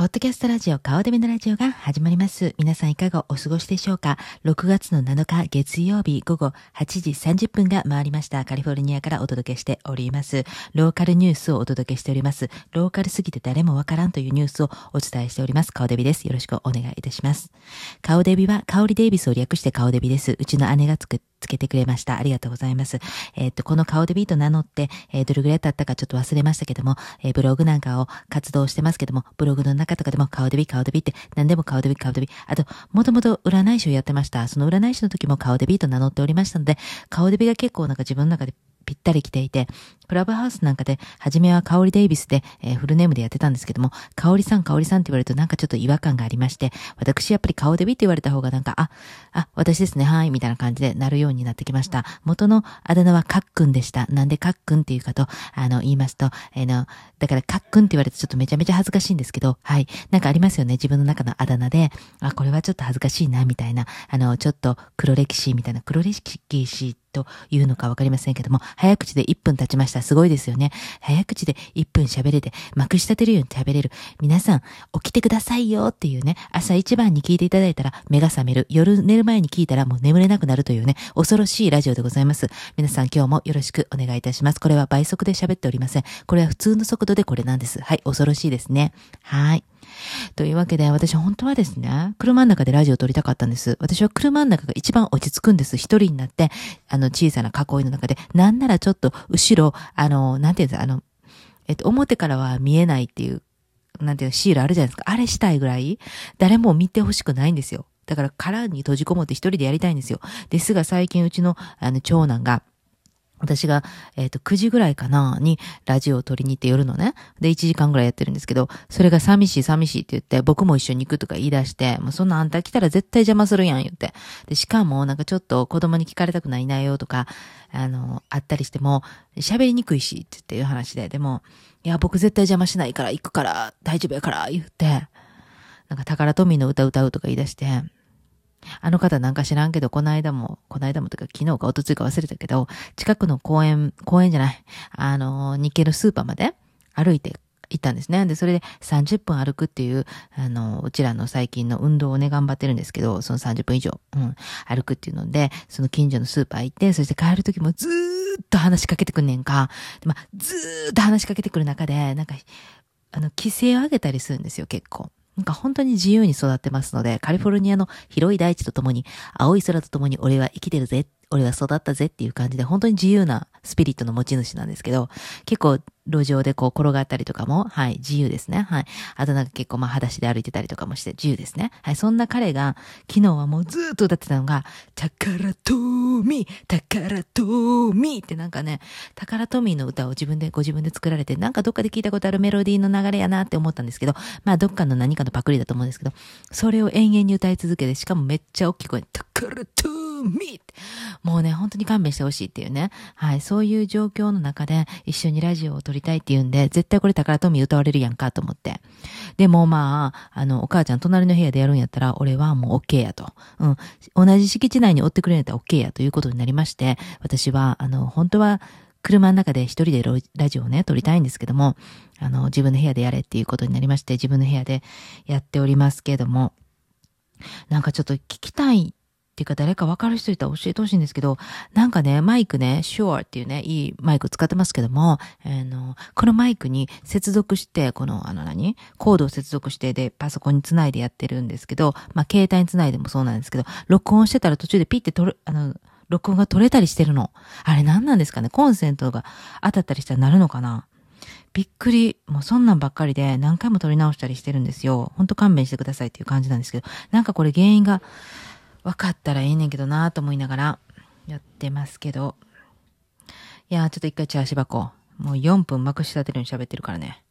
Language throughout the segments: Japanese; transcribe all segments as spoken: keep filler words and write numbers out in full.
ポッドキャストラジオ顔デビのラジオが始まります。皆さんいかがお過ごしでしょうか。ろくがつのなのか月曜日午後はちじさんじゅっぷんが回りました。カリフォルニアからお届けしております。ローカルニュースをお届けしております。ローカルすぎて誰もわからんというニュースをお伝えしております。顔デビです。よろしくお願いいたします。顔デビはカオリデイビスを略して顔デビです。うちの姉がつくつけてくれました。ありがとうございます。えっと、この顔デビと名乗って、えー、どれぐらい経ったかちょっと忘れましたけども、えー、ブログなんかを活動してますけども、ブログの中とかでも顔デビ顔デビって何でも顔デビ顔デビ。あと、もともと占い師をやってました。その占い師の時も顔デビと名乗っておりましたので、顔デビが結構なんか自分の中でぴったり来ていて、クラブハウスなんかで、初めはカオリデイビスで、えー、フルネームでやってたんですけども、カオリさん、カオリさんって言われるとなんかちょっと違和感がありまして、私やっぱり顔デビって言われた方がなんか、あ、あ、私ですね、はい、みたいな感じでなるようになってきました。元のあだ名はカックンでした。なんでカックンっていうかと、あの、言いますと、えー、の、だからカックンって言われてちょっとめちゃめちゃ恥ずかしいんですけど、はい、なんかありますよね、自分の中のあだ名で、あ、これはちょっと恥ずかしいな、みたいな、あの、ちょっと黒歴史みたいな、黒歴史というのかわかりませんけども、早口でいっぷん経ちました。すごいですよね。早口でいっぷん喋れて、まくし立てるように喋れる。皆さん、起きてくださいよっていうね、朝一番に聞いていただいたら目が覚める。夜寝る前に聞いたらもう眠れなくなるというね、恐ろしいラジオでございます。皆さん今日もよろしくお願いいたします。これは倍速で喋っておりません。これは普通の速度でこれなんです。はい、恐ろしいですね。はい。というわけで、私本当はですね、車の中でラジオを撮りたかったんです。私は車の中が一番落ち着くんです。一人になって、あの小さな囲いの中で、なんならちょっと後ろ、あの、なんていうんですか、あの、えっと、表からは見えないっていう、なんていうシールあるじゃないですか。あれしたいぐらい、誰も見てほしくないんですよ。だから殻に閉じこもって一人でやりたいんですよ。ですが最近うちの、あの、長男が、私が、えっと、くじぐらいかなに、ラジオを撮りに行って夜のね。で、いちじかんぐらいやってるんですけど、それが寂しい寂しいって言って、僕も一緒に行くとか言い出して、もうそんなあんた来たら絶対邪魔するやん言って。で、しかも、なんかちょっと子供に聞かれたくないなよとか、あの、あったりしても、喋りにくいしって言っていう話で、でも、いや、僕絶対邪魔しないから行くから、大丈夫やから言って、なんか宝トミーの歌歌うとか言い出して、あの方なんか知らんけど、この間も、この間もというか昨日か一昨日か忘れたけど、近くの公園、公園じゃない、あの、日系のスーパーまで歩いて行ったんですね。で、それでさんじゅっぷん歩くっていう、あの、うちらの最近の運動をね、頑張ってるんですけど、そのさんじゅっぷん以上、うん、歩くっていうので、その近所のスーパー行って、そして帰る時もずーっと話しかけてくんねんか。で、まあ、ずーっと話しかけてくる中で、なんか、あの、規制を上げたりするんですよ、結構。なんか本当に自由に育ってますので、カリフォルニアの広い大地とともに、青い空とともに俺は生きてるぜ、俺は育ったぜっていう感じで、本当に自由なスピリットの持ち主なんですけど、結構路上でこう転がったりとかも、はい、自由ですね。はい。あとなんか結構まあ裸足で歩いてたりとかもして自由ですね。はい。そんな彼が、昨日はもうずーっと歌ってたのが、宝トミー、宝トミーってなんかね、宝トミーの歌を自分で、ご自分で作られて、なんかどっかで聞いたことあるメロディーの流れやなって思ったんですけど、まあどっかの何かのパクリだと思うんですけど、それを延々に歌い続けて、しかもめっちゃ大きい声で、宝トミーって、もうね、本当に勘弁してほしいっていうね。はい。そういう状況の中で一緒にラジオを撮りたいっていうんで、絶対これ宝トミー歌われるやんかと思って。でもまあ、あの、お母ちゃん隣の部屋でやるんやったら、俺はもう OK やと。うん。同じ敷地内に追ってくれるんやったら OK やということになりまして、私は、あの、本当は、車の中で一人でラジオをね、撮りたいんですけども、あの、自分の部屋でやれっていうことになりまして、自分の部屋でやっておりますけども、なんかちょっと聞きたいっていうか誰か分かる人いたら教えてほしいんですけど、なんかね、マイクね、Shure っていうね、いいマイク使ってますけども、あの、このマイクに接続して、この、あの何コードを接続して、で、パソコンにつないでやってるんですけど、まあ、携帯につないでもそうなんですけど、録音してたら途中でピッて取る、あの、録音が取れたりしてるの。あれ何なんですかね？コンセントが当たったりしたらなるのかな？びっくり。もうそんなんばっかりで何回も撮り直したりしてるんですよ。ほんと勘弁してくださいっていう感じなんですけど、なんかこれ原因が分かったらいいねんけどなぁと思いながらやってますけど。いやーちょっと一回チャーシ箱。もうよんぷんまくし立てるように喋ってるからね。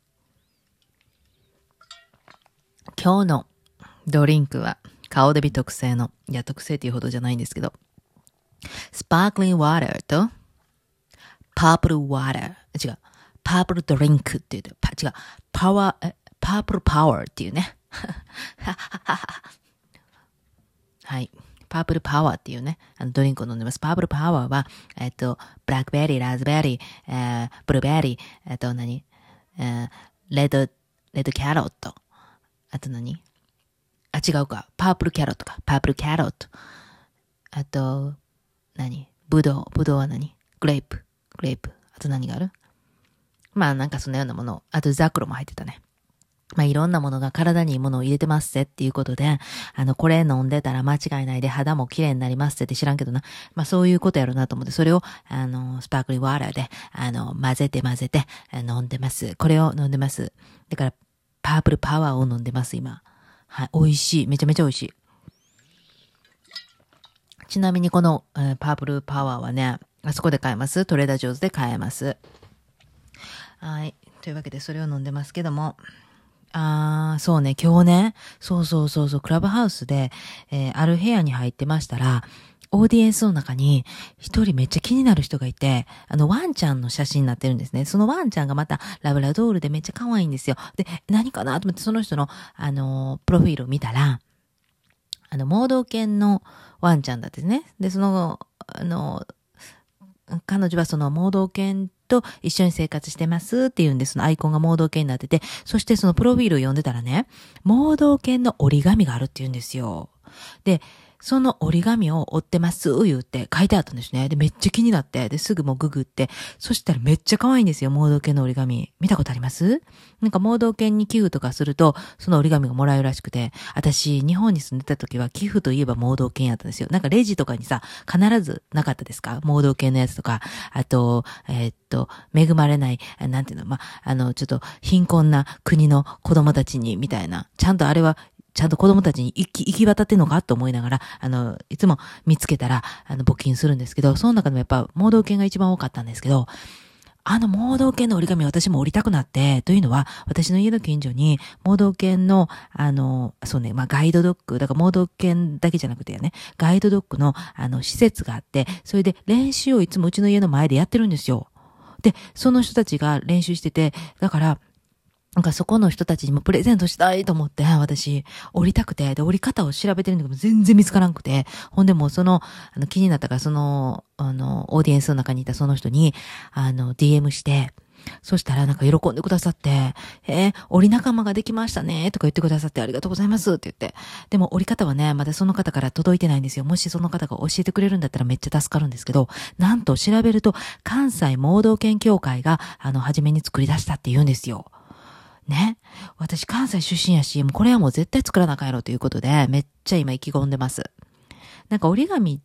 今日のドリンクは顔デビ特製の、いや特製っていうほどじゃないんですけど、スパークリングワーターとパープルワーター。違う。パープルドリンクって言うと、パ、違う。パワー、え、パープルパワーっていうね。はい。パープルパワーっていうね、あのドリンクを飲んでます。パープルパワーは、えっと、ブラックベリー、ラズベリー、えー、ブルーベリー、えっと、何、えー、レッド、レッドキャロット、 あと何あ、違うか。パープルキャロットか。パープルキャロット。あと、何ブドウ。ブドウは何グレープ。グレープ。あと何がある？まあなんかそのようなもの。あとザクロも入ってたね。まあいろんなものが体にいいものを入れてますぜっていうことで、あの、これ飲んでたら間違いないで肌も綺麗になりますって知らんけどな。まあそういうことやろうなと思って、それを、あの、スパークリングワーターで、あの、混ぜて混ぜて飲んでます。これを飲んでます。だから、パープルパワーを飲んでます、今。はい、美味しい。めちゃめちゃ美味しい。ちなみにこの、えー、パープルパワーはね、あそこで買えます。トレーダージョーズで買えます。はい。というわけでそれを飲んでますけども。あー、そうね、今日ね、そうそうそうそう、クラブハウスで、えー、ある部屋に入ってましたら、オーディエンスの中に一人めっちゃ気になる人がいて、あのワンちゃんの写真になってるんですね。そのワンちゃんがまたラブラドールでめっちゃ可愛いんですよ。で、何かなと思ってその人の、あのー、プロフィールを見たら、あの、盲導犬のワンちゃんだってね。で、その、あの、彼女はその盲導犬と一緒に生活してますっていうんで、そのアイコンが盲導犬になってて、そしてそのプロフィールを読んでたらね、盲導犬の折り紙があるって言うんですよ。で、その折り紙を折ってます言って書いてあったんですね。で、めっちゃ気になって、で、すぐもうググって、そしたらめっちゃ可愛いんですよ、盲導犬の折り紙。見たことあります？なんか盲導犬に寄付とかすると、その折り紙がもらえるらしくて、私、日本に住んでた時は寄付といえば盲導犬やったんですよ。なんかレジとかにさ、必ずなかったですか？盲導犬のやつとか、あと、えー、っと、恵まれない、なんていうの、ま、あの、ちょっと貧困な国の子供たちに、みたいな、ちゃんとあれは、ちゃんと子供たちに行き、行き渡ってんのかと思いながら、あの、いつも見つけたら、あの、募金するんですけど、その中でもやっぱ、盲導犬が一番多かったんですけど、あの盲導犬の折り紙私も折りたくなって、というのは、私の家の近所に、盲導犬の、あの、そうね、まあ、ガイドドッグ、だから盲導犬だけじゃなくてね、ガイドドッグの、あの、施設があって、それで練習をいつもうちの家の前でやってるんですよ。で、その人たちが練習してて、だから、なんかそこの人たちにもプレゼントしたいと思って、私、降りたくて、で、降り方を調べてるんだけど、全然見つからんくて、ほんでもうその、あの、気になったから、その、あの、オーディエンスの中にいたその人に、あの、ディーエム して、そしたらなんか喜んでくださって、えー、降り仲間ができましたね、とか言ってくださってありがとうございますって言って。でも降り方はね、まだその方から届いてないんですよ。もしその方が教えてくれるんだったらめっちゃ助かるんですけど、なんと調べると、関西盲導犬協会が、あの、初めに作り出したって言うんですよ。ね。私関西出身やし、もうこれはもう絶対作らなあかんやろということで、めっちゃ今意気込んでます。なんか折り紙って、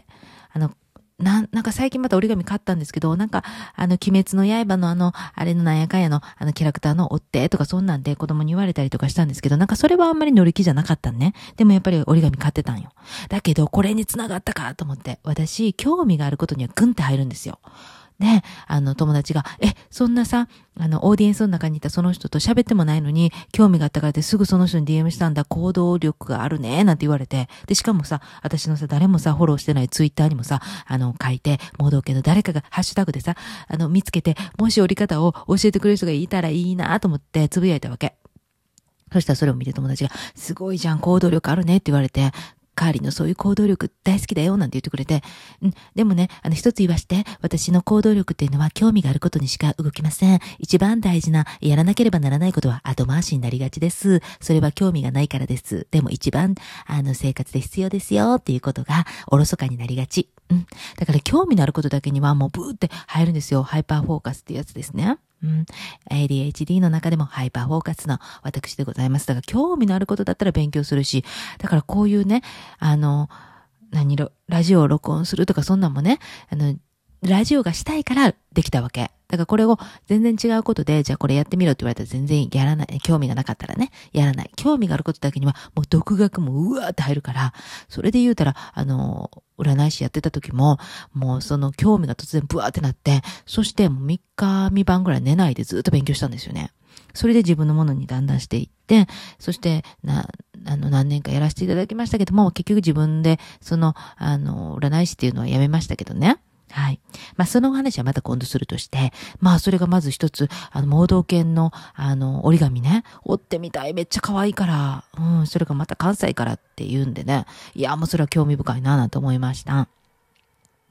あの、な、なんか最近また折り紙買ったんですけど、なんか、あの、鬼滅の刃のあの、あれのなんやかんやの、あのキャラクターの折ってとかそんなんで子供に言われたりとかしたんですけど、なんかそれはあんまり乗り気じゃなかったんね。でもやっぱり折り紙買ってたんよ。だけど、これに繋がったかと思って、私、興味があることにはグンって入るんですよ。で、あの、友達が、え、そんなさ、あの、オーディエンスの中にいたその人と喋ってもないのに、興味があったからってすぐその人に ディーエム したんだ、行動力があるね、なんて言われて、で、しかもさ、私のさ、誰もさ、フォローしてないツイッターにもさ、あの、書いて、盲導犬の誰かがハッシュタグでさ、あの、見つけて、もし折り方を教えてくれる人がいたらいいなと思ってつぶやいたわけ。そしたらそれを見て友達が、すごいじゃん、行動力あるねって言われて、カーリーのそういう行動力大好きだよなんて言ってくれて、うん、でもね、あの一つ言わして、私の行動力っていうのは興味があることにしか動きません。一番大事な、やらなければならないことは後回しになりがちです。それは興味がないからです。でも一番、あの生活で必要ですよっていうことがおろそかになりがち。うん。だから興味のあることだけにはもうブーって入るんですよ。ハイパーフォーカスっていうやつですね。うん、エーディーエイチディー の中でもハイパーフォーカスの私でございます。だから興味のあることだったら勉強するし、だからこういうね、あの、何ろ、ラジオを録音するとかそんなんもね、あの、ラジオがしたいからできたわけ。だからこれを全然違うことで、じゃあこれやってみろって言われたら全然やらない。興味がなかったらね、やらない。興味があることだけにはもう独学もうわーって入るから、それで言うたら、あの、占い師やってた時も、もうその興味が突然ブワーってなって、そしてもうみっかみばんぐらい寝ないでずっと勉強したんですよね。それで自分のものにだんだんしていって、そしてな、あの何年かやらせていただきましたけども、結局自分でその、あの、占い師っていうのはやめましたけどね。はい。まあ、そのお話はまた今度するとして、まあ、それがまず一つ、あの、盲導犬の、あの、折り紙ね、折ってみたい、めっちゃ可愛いから、うん、それがまた関西からって言うんでね、いや、もうそれは興味深いな、なんて思いました。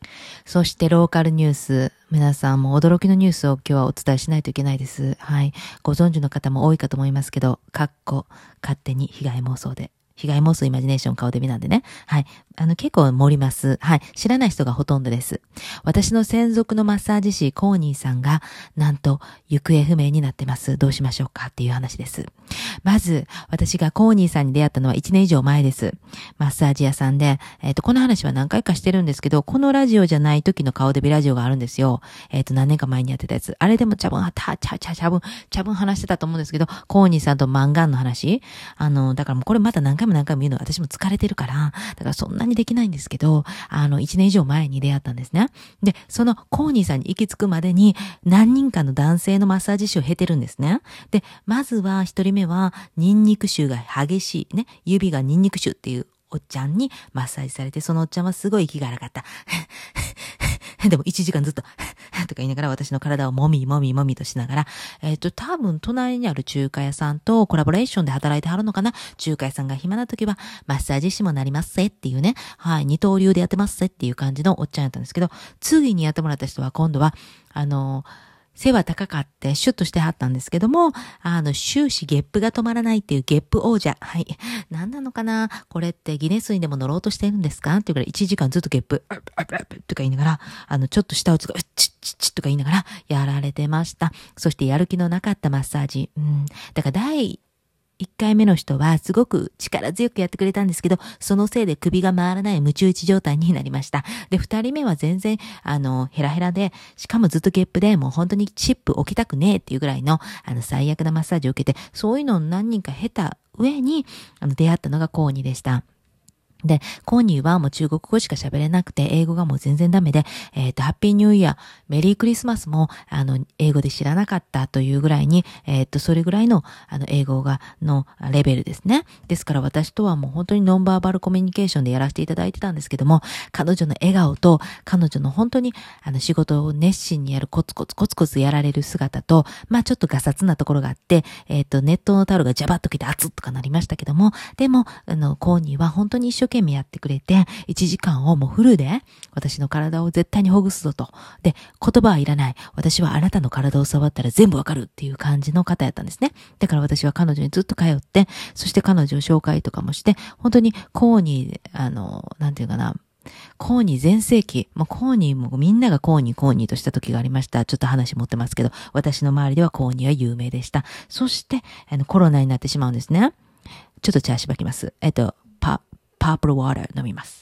そしてローカルニュース。皆さんも驚きのニュースを今日はお伝えしないといけないです。はい。ご存知の方も多いかと思いますけど、かっこ勝手に被害妄想で。被害妄想イマジネーション顔デビなんでね。はい。あの、結構盛ります。はい。知らない人がほとんどです。私の専属のマッサージ師、コーニーさんが、なんと、行方不明になってます。どうしましょうかっていう話です。まず、私がコーニーさんに出会ったのはいちねん以上前です。マッサージ屋さんで、えっと、この話は何回かしてるんですけど、このラジオじゃない時の顔デビラジオがあるんですよ。えっと、何年か前にやってたやつ。あれでも茶分、た、ちゃ、ちゃ、茶分、茶分話してたと思うんですけど、コーニーさんとマンガンの話。あの、だからもうこれまた何回も何回も言うの私も疲れてるから、だからそんなにできないんですけど、あの、いちねん以上前に出会ったんですね。で、そのコーニーさんに行き着くまでに何人かの男性のマッサージ師を経てるんですね。で、まずは一人目はニンニク臭が激しいね、指がニンニク臭っていうおっちゃんにマッサージされて、そのおっちゃんはすごい息が荒かった。でもいちじかんずっととか言いながら私の体をもみもみもみとしながら、えっと、多分隣にある中華屋さんとコラボレーションで働いてはるのかな。中華屋さんが暇な時はマッサージ師もなりますせっていうね。はい、二刀流でやってますせっていう感じのおっちゃんやったんですけど、次にやってもらった人は今度は、あの、背は高かってシュッとしてはったんですけども、あの、終始ゲップが止まらないっていうゲップ王者。はい。何なのかなこれってギネスにでも乗ろうとしてるんですかっていうからいちじかんずっとゲップ、とか言いながら、あの、ちょっと舌打つが、チッチッチッとか言いながらやられてました。そしてやる気のなかったマッサージ。うん。だから第いっかいめの人はすごく力強くやってくれたんですけど、そのせいで首が回らないムチ打ち状態になりました。で、二人目は全然、あの、ヘラヘラで、しかもずっとゲップで、もう本当にチップ置きたくねえっていうぐらいの、あの、最悪なマッサージを受けて、そういうのを何人か経た上に、あの、出会ったのがコーニーでした。で、コーニーはもう中国語しか喋れなくて、英語がもう全然ダメで、えっと、ハッピーニューイヤー、メリークリスマスも、あの、英語で知らなかったというぐらいに、えっと、それぐらいの、あの、英語が、のレベルですね。ですから私とはもう本当にノンバーバルコミュニケーションでやらせていただいてたんですけども、彼女の笑顔と、彼女の本当に、あの、仕事を熱心にやるコツコツコツコツやられる姿と、まあちょっとガサツなところがあって、えっと、ネットのタオルがジャバッときて熱っとかなりましたけども、でも、あの、コーニーは本当に一生懸命やってくれて、いちじかんをもうフルで、私の体を絶対にほぐすぞと。で、言葉はいらない。私はあなたの体を触ったら全部わかるっていう感じの方やったんですね。だから私は彼女にずっと通って、そして彼女を紹介とかもして、本当にコーニー、あの、なんていうかな、コーニー全盛期、もうコーニーもみんながコーニーコーニーとした時がありました。ちょっと話持ってますけど、私の周りではコーニーは有名でした。そして、あの、コロナになってしまうんですね。ちょっと茶しばきます。えっと、パ、パープルウォーター飲みます。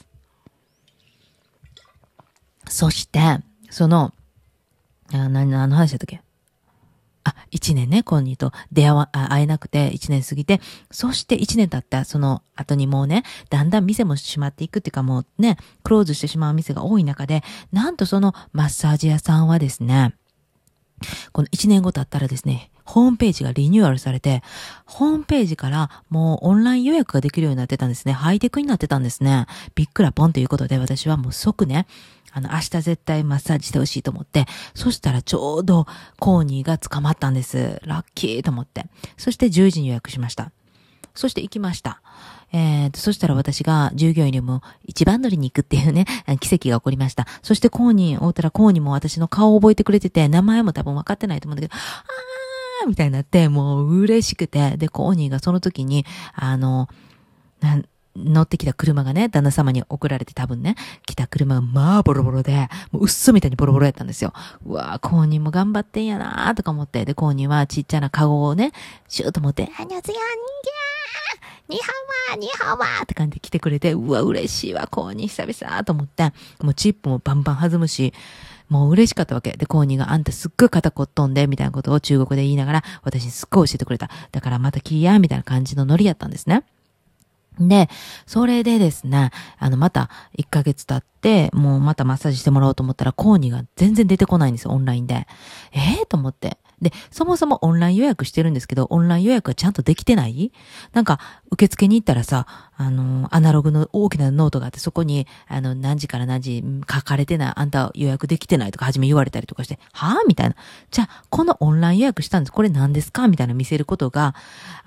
そして、その、あ、何の話だったっけ？あ、一年ね、コーニーと出会わ、会えなくて一年過ぎて、そして一年経ったその後にもうね、だんだん店も閉まっていくっていうかもうね、クローズしてしまう店が多い中で、なんとそのマッサージ屋さんはですね、この一年後経ったらですね、ホームページがリニューアルされて、ホームページからもうオンライン予約ができるようになってたんですね。ハイテクになってたんですね。びっくらポンということで、私はもう即ね、あの、明日絶対マッサージしてほしいと思って、そしたらちょうどコーニーが捕まったんです。ラッキーと思って。そしてじゅうじに予約しました。そして行きました。えーと、そしたら私が従業員よりも一番乗りに行くっていうね、奇跡が起こりました。そしてコーニー会うたらコーニーも私の顔を覚えてくれてて、名前も多分分かってないと思うんだけど、あーみたいになって、もう嬉しくて、で、コーニーがその時に、あの、なん乗ってきた車がね、旦那様に送られて多分ね、来た車がまあボロボロで、もう嘘みたいにボロボロやったんですよ。うわぁ、コーニーも頑張ってんやなーとか思って、で、コーニーはちっちゃなカゴをね、シューッと持って、あにゃつやんにゃーにはまーにはまーって感じで来てくれて、うわ、嬉しいわ、コーニー久々と思って、もうチップもバンバン弾むし、もう嬉しかったわけ。で、コーニーがあんたすっごい肩こっとんで、みたいなことを中国で言いながら、私にすっごい教えてくれた。だからまた来いや、みたいな感じのノリやったんですね。で、それでですね、あの、またいっかげつ経って、もうまたマッサージしてもらおうと思ったら、コーニーが全然出てこないんですよ、オンラインで。ええー、と思って。で、そもそもオンライン予約してるんですけど、オンライン予約はちゃんとできてない？なんか、受付に行ったらさ、あの、アナログの大きなノートがあって、そこに、あの、何時から何時書かれてない、あんた予約できてないとか初め言われたりとかして、はぁみたいな。じゃあ、このオンライン予約したんです。これ何ですかみたいな見せることがあって、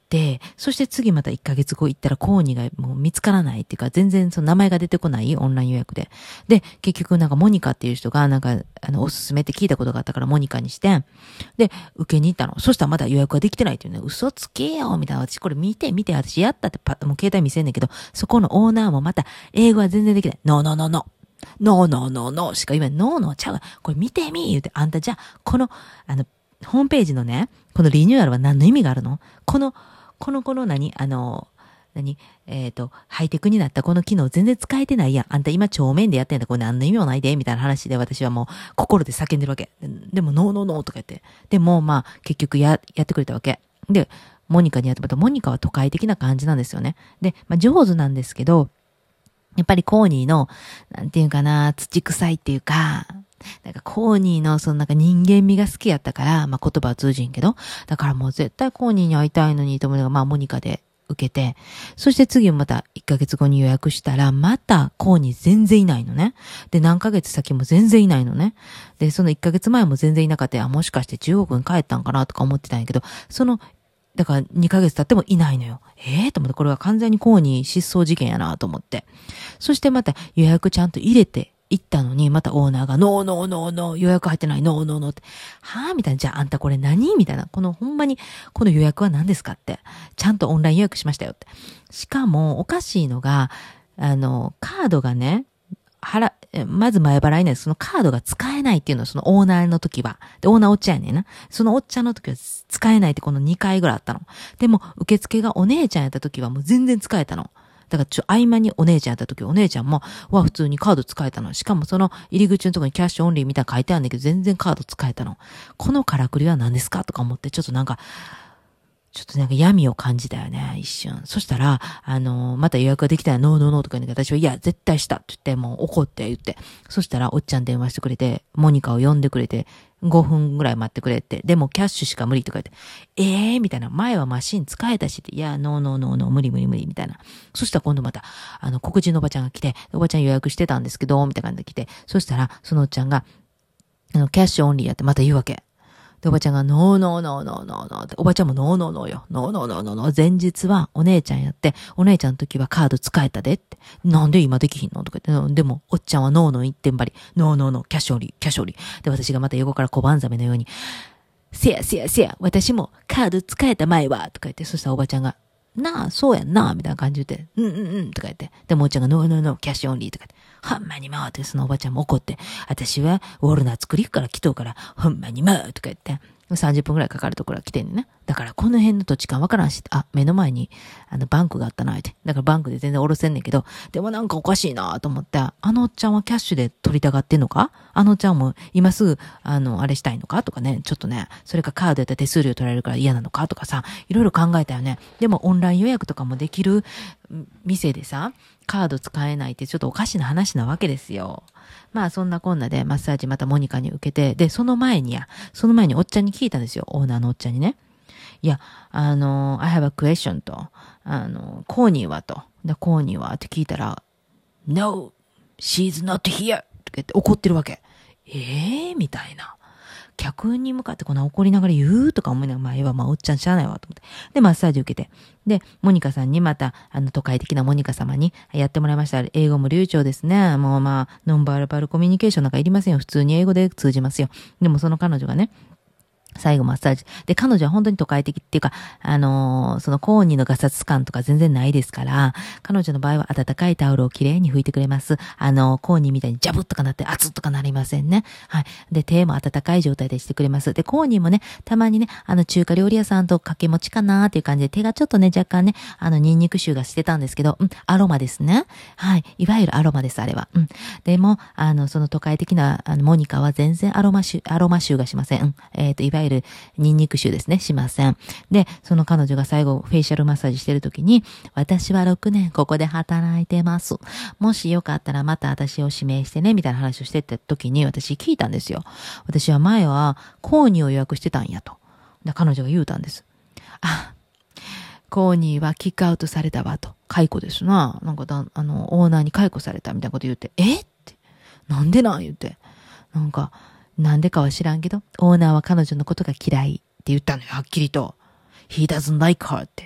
で、そして次またいっかげつご行ったらコーニーがもう見つからないっていうか、全然その名前が出てこないオンライン予約で。で、結局なんかモニカっていう人がなんか、あの、おすすめって聞いたことがあったからモニカにして、で、受けに行ったの。そしたらまだ予約ができてないっていうね、嘘つけよみたいな。私これ見て見て、私やったってパもう携帯見せんねんけど、そこのオーナーもまた英語は全然できない。ノーノーノーノー。ノーノーノーノーしか言えない。ノーノーちゃうわ。これ見てみ言うて、あんたじゃあ、この、あの、ホームページのね、このリニューアルは何の意味があるの？この、この、この何あの、何えっと、ハイテクになったこの機能全然使えてないやん。あんた今帳面でやってんだ。これ何の意味もないでみたいな話で私はもう心で叫んでるわけ。でも、ノーノーノーとか言って。でも、まあ、結局や、やってくれたわけ。で、モニカにやってもらった。モニカは都会的な感じなんですよね。で、まあ、上手なんですけど、やっぱりコーニーの、なんていうかな、土臭いっていうか、なんかコーニーのそのなんか人間味が好きやったから、まあ言葉は通じんけど、だからもう絶対コーニーに会いたいのにと思うのが、まあモニカで受けて、そして次またいっかげつごに予約したら、またコーニー全然いないのね。で、何ヶ月先も全然いないのね。で、そのいっかげつまえも全然いなかった。あ、もしかして中国に帰ったんかなとか思ってたんやけど、その、だからにかげつ経ってもいないのよ。ええー、と思って、これは完全にコーニー失踪事件やなと思って。そしてまた予約ちゃんと入れて行ったのに、またオーナーが、ノーノーノーノー、予約入ってない、ノーノーノーって。はぁみたいな。じゃああんたこれ何みたいな。このほんまに、この予約は何ですかって。ちゃんとオンライン予約しましたよって。しかも、おかしいのが、あの、カードがね、払、まず前払いね、そのカードが使えないっていうのはそのオーナーの時は。で、オーナーおっちゃんやねんな。そのおっちゃんの時は使えないってこのにかいぐらいあったの。でも、受付がお姉ちゃんやった時はもう全然使えたの。だからちょ、合間にお姉ちゃんやった時、お姉ちゃんも、わ、普通にカード使えたの。しかもその入り口のところにキャッシュオンリーみたいな書いてあるんだけど、全然カード使えたの。このからくりは何ですかとか思って、ちょっとなんか、ちょっとなんか闇を感じたよね、一瞬。そしたら、あのー、また予約ができたら、ノーノーノーとか言うんだけど、私は、いや、絶対したって言って、もう怒って言って。そしたら、おっちゃん電話してくれて、モニカを呼んでくれて、ごふんぐらい待ってくれって。でも、キャッシュしか無理とか言って、えーみたいな。前はマシン使えたしって、いや、ノーノーノーノー、無理無理無理、みたいな。そしたら今度また、あの、黒人のおばちゃんが来て、おばちゃん予約してたんですけど、みたいな感じで来て、そしたら、そのおっちゃんが、あの、キャッシュオンリーやってまた言うわけ。で、おばちゃんが、ノーノーノーノーノーノーって、おばちゃんもノーノーノーよ。ノーノーノーノーノー。前日はお姉ちゃんやって、お姉ちゃんの時はカード使えたでって。なんで今できひんのとか言って、でも、おっちゃんはノーノー一点張り。ノーノーノー、キャッシュオンリー、キャッシュオンリー。で、私がまた横から小判ザメのように、せやせやせや、私もカード使えた前は、とか言って、そしたらおばちゃんが、なあ、そうやんなあ、みたいな感じで言って、うんうんうん、とか言って。でもおっちゃんが、ノーノーノー、キャッシュオンリーとか言って、ほんまにもうって、そのおばちゃんも怒って、私はウォルナッツクリックから来とうから、ほんまにもうとか言って、さんじゅっぷんくらいかかるところが来てんねんね。だからこの辺の土地勘わからんし、あ、目の前に、あの、バンクがあったな、って。だからバンクで全然下ろせんねんけど、でもなんかおかしいなと思って、あのおっちゃんはキャッシュで取りたがってんのか？あのおっちゃんも今すぐ、あの、あれしたいのかとかね、ちょっとね、それかカードやったら手数料取られるから嫌なのかとかさ、いろいろ考えたよね。でもオンライン予約とかもできる店でさ、カード使えないってちょっとおかしな話なわけですよ。まあそんなこんなでマッサージまたモニカに受けて、で、その前にや、その前におっちゃんに聞いたんですよ。オーナーのおっちゃんにね。いや、あの、I have a question と、あの、コーニーはと、で、コーニーはって聞いたら、No, she's not here とか言って怒ってるわけ。ええー、みたいな。客に向かってこんな怒りながら言うとか思いながら、まあ、ええわ、まあ、おっちゃん知らないわ、と思って。で、マッサージ受けて。で、モニカさんにまた、あの、都会的なモニカ様にやってもらいました。英語も流暢ですね。もうまあ、ノンバーバルコミュニケーションなんかいりませんよ。普通に英語で通じますよ。でもその彼女がね、最後マッサージ。で、彼女は本当に都会的っていうか、あのー、そのコーニーのガサツ感とか全然ないですから、彼女の場合は温かいタオルをきれいに拭いてくれます。あのー、コーニーみたいにジャブッとかなって熱っとかなりませんね。はい。で、手も温かい状態でしてくれます。で、コーニーもね、たまにね、あの、中華料理屋さんと掛け持ちかなーっていう感じで、手がちょっとね、若干ね、あの、ニンニク臭がしてたんですけど、うん、アロマですね。はい。いわゆるアロマです、あれは。うん。でも、あの、その都会的な、あの、モニカは全然アロマ臭、アロマ臭がしません。うん。えっと、いわゆるニンニク臭ですね。しません。で、その彼女が最後フェイシャルマッサージしてるときに、私はろくねんここで働いてます。もしよかったらまた私を指名してね、みたいな話をしてたときに私聞いたんですよ。私は前はコーニーを予約してたんやと。で、彼女が言うたんです。あ、コーニーはキックアウトされたわと。解雇ですな。なんかだ、あの、オーナーに解雇されたみたいなこと言って、えって。なんでなん言って。なんか、なんでかは知らんけど、オーナーは彼女のことが嫌いって言ったのよ、はっきりと。He doesn't like her って。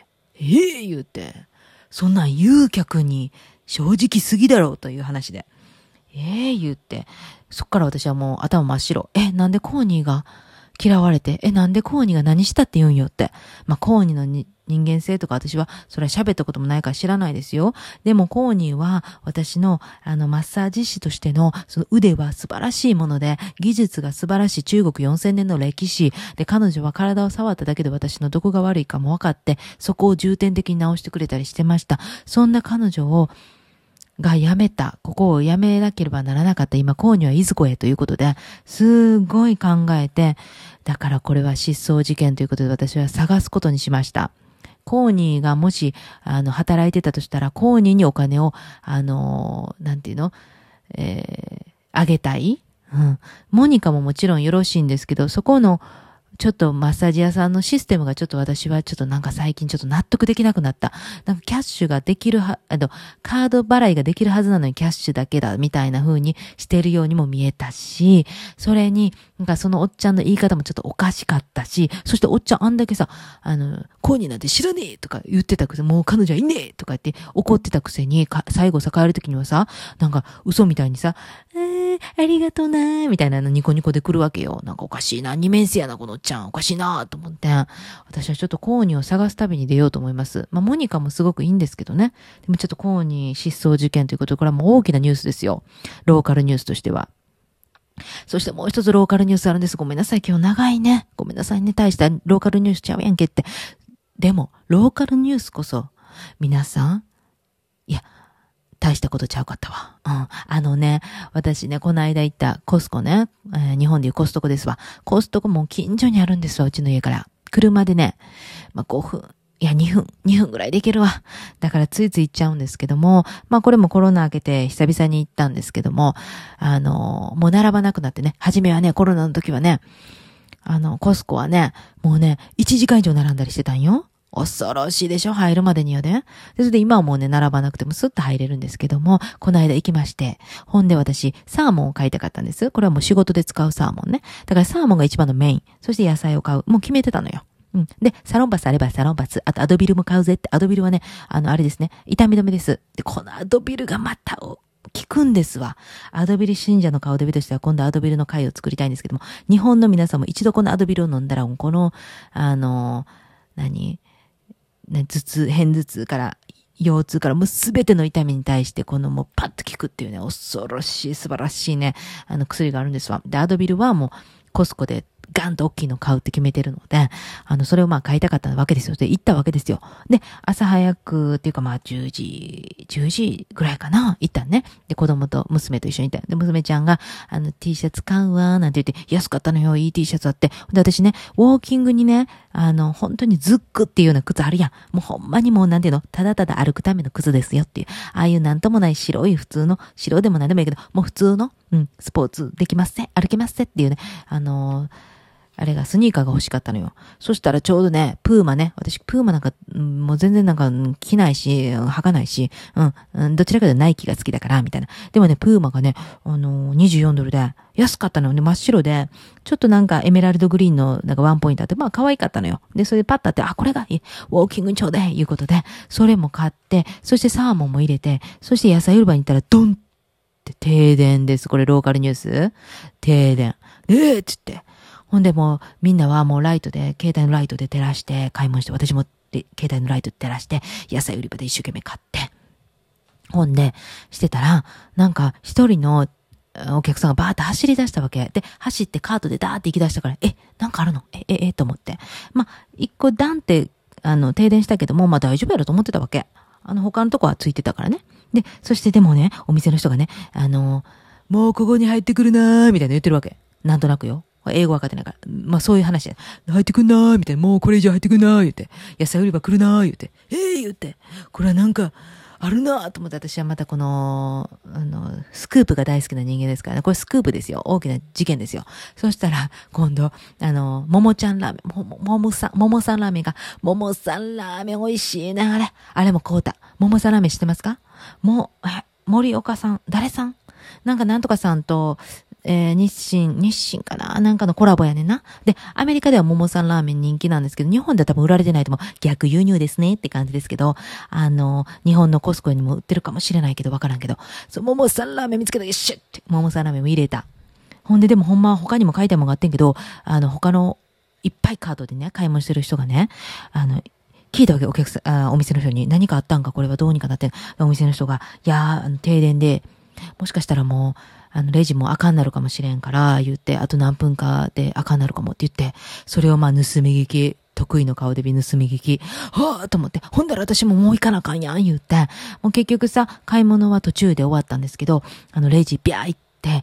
ええ言うて、そんなん言う客に正直すぎだろうという話で。ええ言って、そっから私はもう頭真っ白。え、なんでコーニーが嫌われて、え、なんでコーニーが何したって言うんよって。まあ、コーニーのに人間性とか私は、それは喋ったこともないから知らないですよ。でもコーニーは私のあのマッサージ師としてのその腕は素晴らしいもので、技術が素晴らしい中国よんせんねんの歴史で、彼女は体を触っただけで私のどこが悪いかも分かって、そこを重点的に直してくれたりしてました。そんな彼女をが辞めた、ここを辞めなければならなかった今、コーニーはいずこへということで、すごい考えて、だからこれは失踪事件ということで私は探すことにしました。コーニーがもし、あの、働いてたとしたら、コーニーにお金を、あの、なんていうの、えー、あげたい。うん。モニカももちろんよろしいんですけど、そこの、ちょっとマッサージ屋さんのシステムがちょっと私はちょっとなんか最近ちょっと納得できなくなった。なんかキャッシュができるは、あの、カード払いができるはずなのにキャッシュだけだみたいな風にしてるようにも見えたし、それに、なんかそのおっちゃんの言い方もちょっとおかしかったし、そしておっちゃんあんだけさ、あの、コーニーなんて知らねえとか言ってたくせ、もう彼女はいねえとか言って怒ってたくせに、か最後さ帰るときにはさ、なんか嘘みたいにさ、えー、ありがとうなーみたいなのニコニコで来るわけよ。なんかおかしいな、二面性やな、このおっちゃん。おかしいなと思って、私はちょっとコーニーを探す旅に出ようと思います。まあ、モニカもすごくいいんですけどね。でもちょっとコーニー失踪事件ということで、これはもう大きなニュースですよ。ローカルニュースとしては。そしてもう一つローカルニュースあるんです。ごめんなさい。今日長いね。ごめんなさいね。大したローカルニュースちゃうやんけって。でも、ローカルニュースこそ、皆さん、いや、大したことちゃうかったわ。うん。あのね、私ね、この間行ったコスコね、えー、日本でいうコストコですわ。コストコも近所にあるんですわ、うちの家から。車でね、まあ、ごふん、いや、にふん、にふんぐらいで行けるわ。だからついつい行っちゃうんですけども、まあこれもコロナ明けて久々に行ったんですけども、あの、もう並ばなくなってね、初めはね、コロナの時はね、あの、コスコはね、もうね、いちじかん以上並んだりしてたんよ。恐ろしいでしょ入るまでにはね。で、それで今はもうね、並ばなくてもスッと入れるんですけども、この間行きまして、ほんで私、サーモンを買いたかったんです。これはもう仕事で使うサーモンね。だからサーモンが一番のメイン。そして野菜を買う。もう決めてたのよ。うん。で、サロンバスあればサロンバス。あとアドビルも買うぜって。アドビルはね、あの、あれですね。痛み止めです。で、このアドビルがまた、効くんですわ。アドビル信者の顔デビとしては今度アドビルの会を作りたいんですけども、日本の皆さんも一度このアドビルを飲んだら、この、あの、何ね、頭痛、片頭痛から、腰痛からもうすべての痛みに対してこのもうパッと効くっていうね、恐ろしい素晴らしいね、あの薬があるんですわ。で、アドビルはもうコスコでガンと大きいの買うって決めてるので、あの、それをまあ買いたかったわけですよ。で、行ったわけですよ。で、朝早くっていうかまあじゅうじ、じゅうじぐらいかな行ったね。で、子供と娘と一緒にいた。で、娘ちゃんが、あの、T シャツ買うわーなんて言って、安かったのよ、いい T シャツあって。で、私ね、ウォーキングにね、あの、本当にズックっていうような靴あるやん。もうほんまにもうなんていうの、ただただ歩くための靴ですよっていう。ああいうなんともない白い普通の、白でもなんでもいいけど、もう普通の、うん、スポーツできますせ、歩けますせっていうね、あのー、あれがスニーカーが欲しかったのよ。そしたらちょうどね、プーマね、私プーマなんか、うん、もう全然なんか着ないし、履かないし、うん、うん、どちらかというとナイキが好きだから、みたいな。でもね、プーマがね、あのー、にじゅうよんドルで、安かったのよね、真っ白で、ちょっとなんかエメラルドグリーンのなんかワンポイントあって、まあ可愛かったのよ。で、それでパッとあって、あ、これがいい。ウォーキングにちょうだい、いうことで、それも買って、そしてサーモンも入れて、そして野菜売り場に行ったら、ドンって停電です。これローカルニュース停電。えーっつって。ほんでもうみんなはもうライトで、携帯のライトで照らして買い物して、私も携帯のライトで照らして、野菜売り場で一生懸命買って、ほんでしてたら、なんか一人のお客さんがバーって走り出したわけ。で、走ってカートでダーって行き出したから、え、なんかあるのえ、え、え、と思って。まあ、一個ダンって、あの、停電したけども、まあ大丈夫やろと思ってたわけ。あの、他のとこはついてたからね。で、そしてでもね、お店の人がね、あの、もうここに入ってくるなーみたいな言ってるわけ。なんとなくよ。英語わかってないから。まあそういう話で。入ってくんなーみたいな。もうこれ以上入ってくんなー言って。野菜売り場来るなー言って。えー言って。これはなんか、あるなーと思って私はまたこの、あの、スクープが大好きな人間ですからね。これスクープですよ。大きな事件ですよ。そしたら、今度、あの、ももちゃんラーメン、も、ももさん、ももさんラーメンが、ももさんラーメン美味しいね、あれ。あれも買うた。ももさんラーメン知ってますかもう、え、森岡さん、誰さんなんかなんとかさんと、 えー、日清、日清かななんかのコラボやねんな。で、アメリカでは桃さんラーメン人気なんですけど、日本では多分売られてないと思う。逆輸入ですねって感じですけど、あの、日本のコスコにも売ってるかもしれないけど、わからんけど、そう、桃さんラーメン見つけたけど、シュッって、桃さんラーメンも入れた。ほんで、でもほんまは他にも書いてもがあってんけど、あの、他の、いっぱいカードでね、買い物してる人がね、あの、聞いたわけ、お客さん、あお店の人に何かあったんか、これはどうにかなってん。お店の人が、いやー、あの停電で、もしかしたらもう、あの、レジもあかんなるかもしれんから、言って、あと何分かであかんなるかもって言って、それをまあ、盗み聞き、得意の顔で盗み聞き、はぁと思って、ほんだら私ももう行かなあかんやん、言って、もう結局さ、買い物は途中で終わったんですけど、あの、レジビャー行って、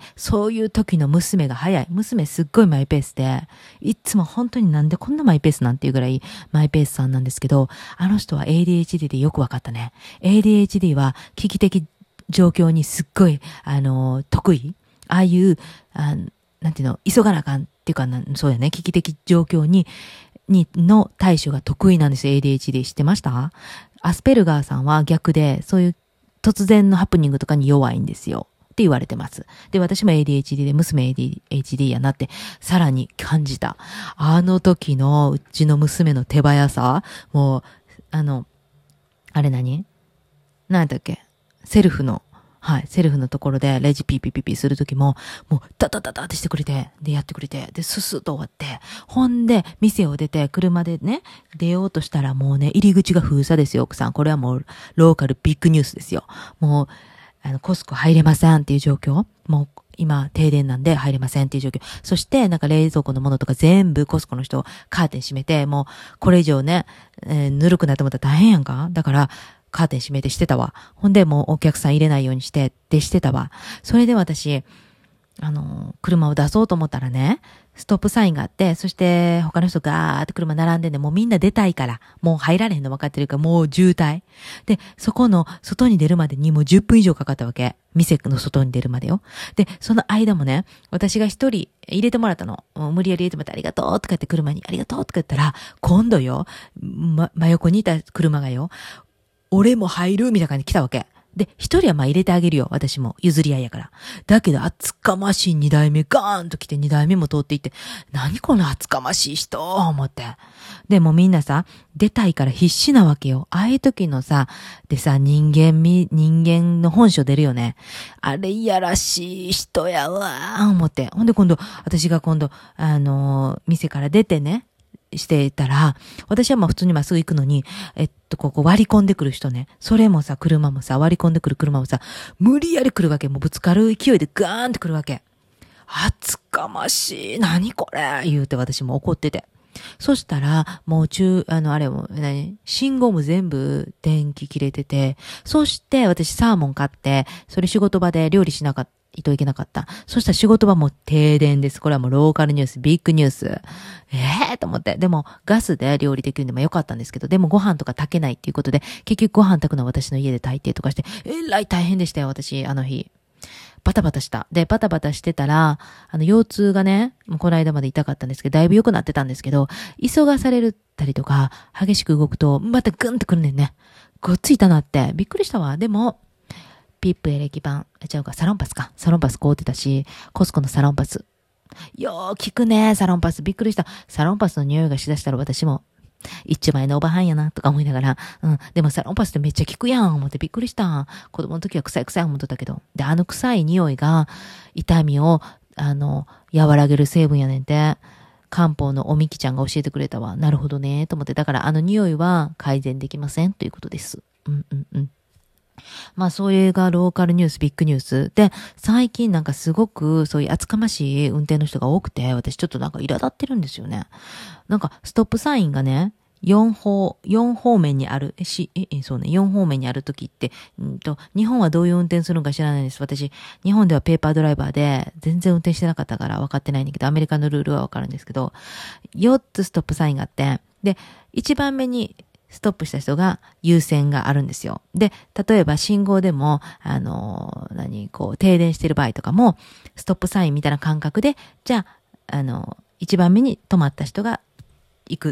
そういう時の娘が早い。娘すっごいマイペースで、いつも本当になんでこんなマイペースなんていうぐらいマイペースさんなんですけど、あの人は エーディーエイチディー でよくわかったね。エーディーエイチディー は危機的状況にすっごい、あの、得意ああいう、あなんていうの、急がなあかんっていうかな、そうやね、危機的状況に、に、の対処が得意なんですよ、エーディーエイチディー 知ってました？アスペルガーさんは逆で、そういう突然のハプニングとかに弱いんですよ。って言われてます。で、私も エーディーエイチディー で、娘 エーディーエイチディー やなって、さらに感じた。あの時の、うちの娘の手早さ、もう、あの、あれ何？なんだっけ？セルフの、はい、セルフのところでレジピーピーピーピーするときも、もうダダダダってしてくれて、でやってくれて、でススッと終わって、ほんで店を出て車でね、出ようとしたらもうね、入り口が封鎖ですよ、奥さん。これはもうローカルビッグニュースですよ。もう、あの、コスコ入れませんっていう状況。もう今停電なんで入れませんっていう状況。そしてなんか冷蔵庫のものとか全部コスコの人カーテン閉めて、もうこれ以上ね、えー、ぬるくなって思ったら大変やんか。だから、カーテン閉めてしてたわ。ほんでもうお客さん入れないようにしてってしてたわ。それで私、あの、車を出そうと思ったらね、ストップサインがあって、そして他の人ガーって車並んでんで、もうみんな出たいから、もう入られへんの分かってるから、もう渋滞。で、そこの外に出るまでにもうじゅっぷん以上かかったわけ。店の外に出るまでよ。で、その間もね、私が一人入れてもらったの。無理やり入れてもらってありがとうとか言って車にありがとうとか言ったら、今度よ、ま、真横にいた車がよ、俺も入るみたいな感じで来たわけ。で、一人はまあ入れてあげるよ。私も譲り合いやから。だけど、厚かましい二代目ガーンと来て二代目も通っていって、何この厚かましい人思って。でもみんなさ、出たいから必死なわけよ。ああいう時のさ、でさ、人間み、人間の本性出るよね。あれいやらしい人やわー思って。ほんで今度、私が今度、あのー、店から出てね、してたら、私はまあ普通にまっすぐ行くのに、えっと、ここ割り込んでくる人ね。それもさ、車もさ、割り込んでくる車もさ、無理やり来るわけ。もうぶつかる勢いでガーンって来るわけ。厚かましい。何これ言うて私も怒ってて。そしたら、もう中、あの、あれも、何信号も全部電気切れてて、そして私サーモン買って、それ仕事場で料理しなかった。いといけなかった。そしたら仕事場も停電です。これはもうローカルニュース、ビッグニュース。ええー、と思って。でもガスで料理できるんでもよかったんですけど、でもご飯とか炊けないっていうことで、結局ご飯炊くのは私の家で炊いてとかして、えらい大変でしたよ、私、あの日。バタバタした。で、バタバタしてたら、あの、腰痛がね、この間まで痛かったんですけど、だいぶ良くなってたんですけど、急がされるたりとか、激しく動くと、またグンってくるねんね。ごっついたなって。びっくりしたわ。でも、ピップエレキ版、え、ちゃうか、サロンパスか。サロンパス買うてたし、コスコのサロンパス。よー、効くね、サロンパス。びっくりした。サロンパスの匂いがしだしたら私も、一丁前のおばはんやな、とか思いながら、うん、でもサロンパスってめっちゃ効くやん、思ってびっくりした。子供の時は臭い臭い思っとったけど。で、あの臭い匂いが、痛みを、あの、和らげる成分やねんて。漢方のおみきちゃんが教えてくれたわ。なるほどね、と思って。だからあの匂いは改善できません、ということです。うんうんうん。まあそういうがローカルニュース、ビッグニュース。で、最近なんかすごくそういう厚かましい運転の人が多くて、私ちょっとなんか苛立ってるんですよね。なんかストップサインがね、四方、四方面にある、し、え、そうね、四方面にあるときって、んと、日本はどういう運転するのか知らないです。私、日本ではペーパードライバーで、全然運転してなかったから分かってないんだけど、アメリカのルールは分かるんですけど、四つストップサインがあって、で、一番目に、ストップした人が優先があるんですよ。で、例えば信号でも、あの、何、こう、停電してる場合とかも、ストップサインみたいな感覚で、じゃあ、あの、一番目に止まった人が行く。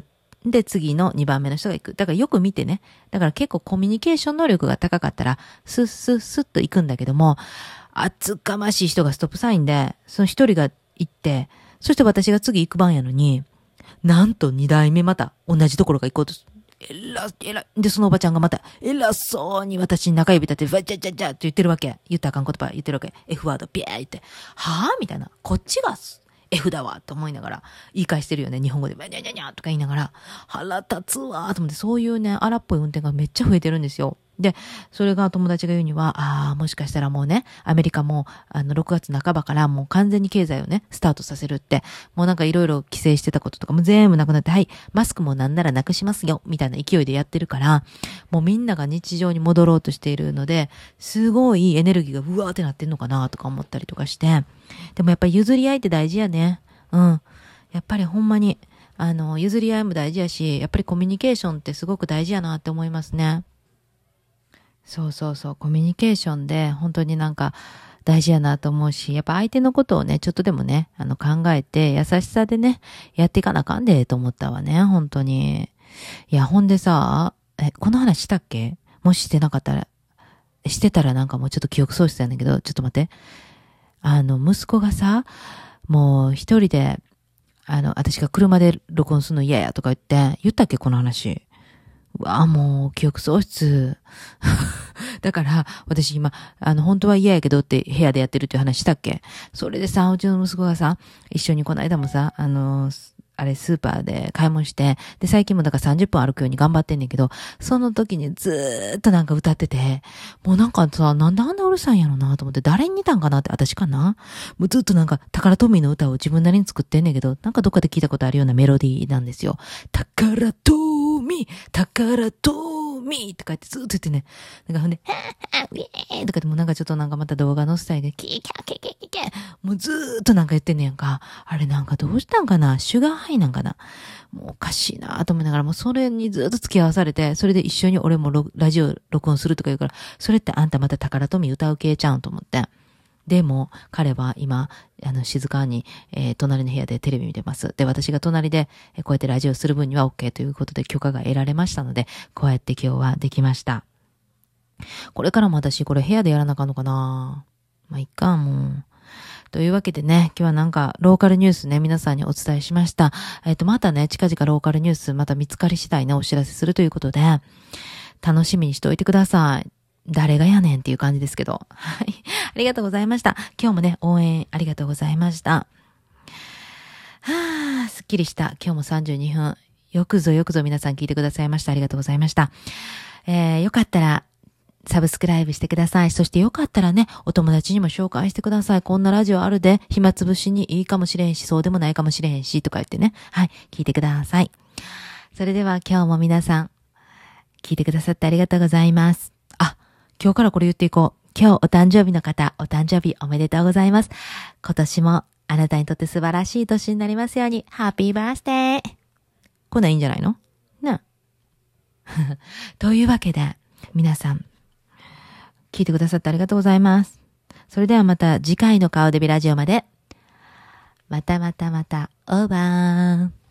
で、次のにばんめの人が行く。だからよく見てね。だから結構コミュニケーション能力が高かったら、スッスッスッと行くんだけども、厚かましい人がストップサインで、その一人が行って、そして私が次行く番やのに、なんと二代目また同じところが行こうとする。えら、えら、で、そのおばちゃんがまた、偉そうに私に中指立てて、わちゃちゃちゃって言ってるわけ。言ったらあかん言葉言ってるわけ。F ワード、ピャー言って。はぁみたいな。こっちが F だわと思いながら、言い返してるよね。日本語で、わにゃにゃにゃとか言いながら、腹立つわーと思って、そういうね、荒っぽい運転がめっちゃ増えてるんですよ。で、それが友達が言うには、ああ、もしかしたらもうね、アメリカも、あの、ろくがつなかばからもう完全に経済をね、スタートさせるって、もうなんかいろいろ規制してたこととかも全部なくなって、はい、マスクもなんならなくしますよ、みたいな勢いでやってるから、もうみんなが日常に戻ろうとしているので、すごいエネルギーがうわーってなってんのかなとか思ったりとかして、でもやっぱり譲り合いって大事やね。うん。やっぱりほんまに、あの、譲り合いも大事やし、やっぱりコミュニケーションってすごく大事やなって思いますね。そうそうそう、コミュニケーションで本当になんか大事やなと思うし、やっぱ相手のことをね、ちょっとでもね、あの考えて優しさでね、やっていかなあかんでと思ったわね、本当に。いや、ほんでさ、え、この話したっけ？もししてなかったら、してたらなんかもうちょっと記憶喪失なんだけど、ちょっと待って。あの、息子がさ、もう一人で、あの、私が車で録音するの嫌やとか言って、言ったっけこの話。うわあ、もう、記憶喪失。だから、私今、あの、本当は嫌やけどって部屋でやってるっていう話したっけ？それでさ、うちの息子がさ、一緒にこの間もさ、あの、あれ、スーパーで買い物して、で、最近もだからさんじゅっぷん歩くように頑張ってんねんけど、その時にずーっとなんか歌ってて、もうなんかさ、なんであんなうるさいんやろなと思って、誰に似たんかなって、私かな？もうずっとなんか、タカラトミーの歌を自分なりに作ってんねんけど、なんかどっかで聞いたことあるようなメロディーなんですよ。タカラトミー、タカラトミーって書いてずーっと言ってね、なんかほんで、はぁはぁウィーとかでもなんかちょっとなんかまた動画のスタイルで、キーキャーキーキャーキーキャーもうずーっとなんか言ってんねやんか。あれなんかどうしたんかな？シュガーハイなんかな？もうおかしいなと思いながら、もうそれにずっと付き合わされて、それで一緒に俺もラジオ録音するとか言うから、それってあんたまた宝富歌う系ちゃうんと思って。でも、彼は今、あの、静かに、えー、隣の部屋でテレビ見てます。で、私が隣で、えー、こうやってラジオする分には OK ということで許可が得られましたので、こうやって今日はできました。これからも私、これ部屋でやらなあかんのかな？まあ、いっか、もう。というわけでね、今日はなんか、ローカルニュースね、皆さんにお伝えしました。えっと、またね、近々ローカルニュース、また見つかり次第ね、お知らせするということで、楽しみにしておいてください。誰がやねんっていう感じですけど。はい。ありがとうございました。今日もね、応援ありがとうございました。はぁ、すっきりした。今日もさんじゅうにふん。よくぞよくぞ皆さん聞いてくださいました。ありがとうございました。えー、よかったら、サブスクライブしてください。そしてよかったらね、お友達にも紹介してください。こんなラジオあるで、暇つぶしにいいかもしれんし、そうでもないかもしれへんし、とか言ってね。はい、聞いてください。それでは今日も皆さん、聞いてくださってありがとうございます。あ、今日からこれ言っていこう。今日お誕生日の方、お誕生日おめでとうございます。今年もあなたにとって素晴らしい年になりますように、ハッピーバースデー。こんなんいいんじゃないの？ね。というわけで、皆さん、聞いてくださってありがとうございます。それではまた次回の顔デビラジオまで。またまたまた、オーバー。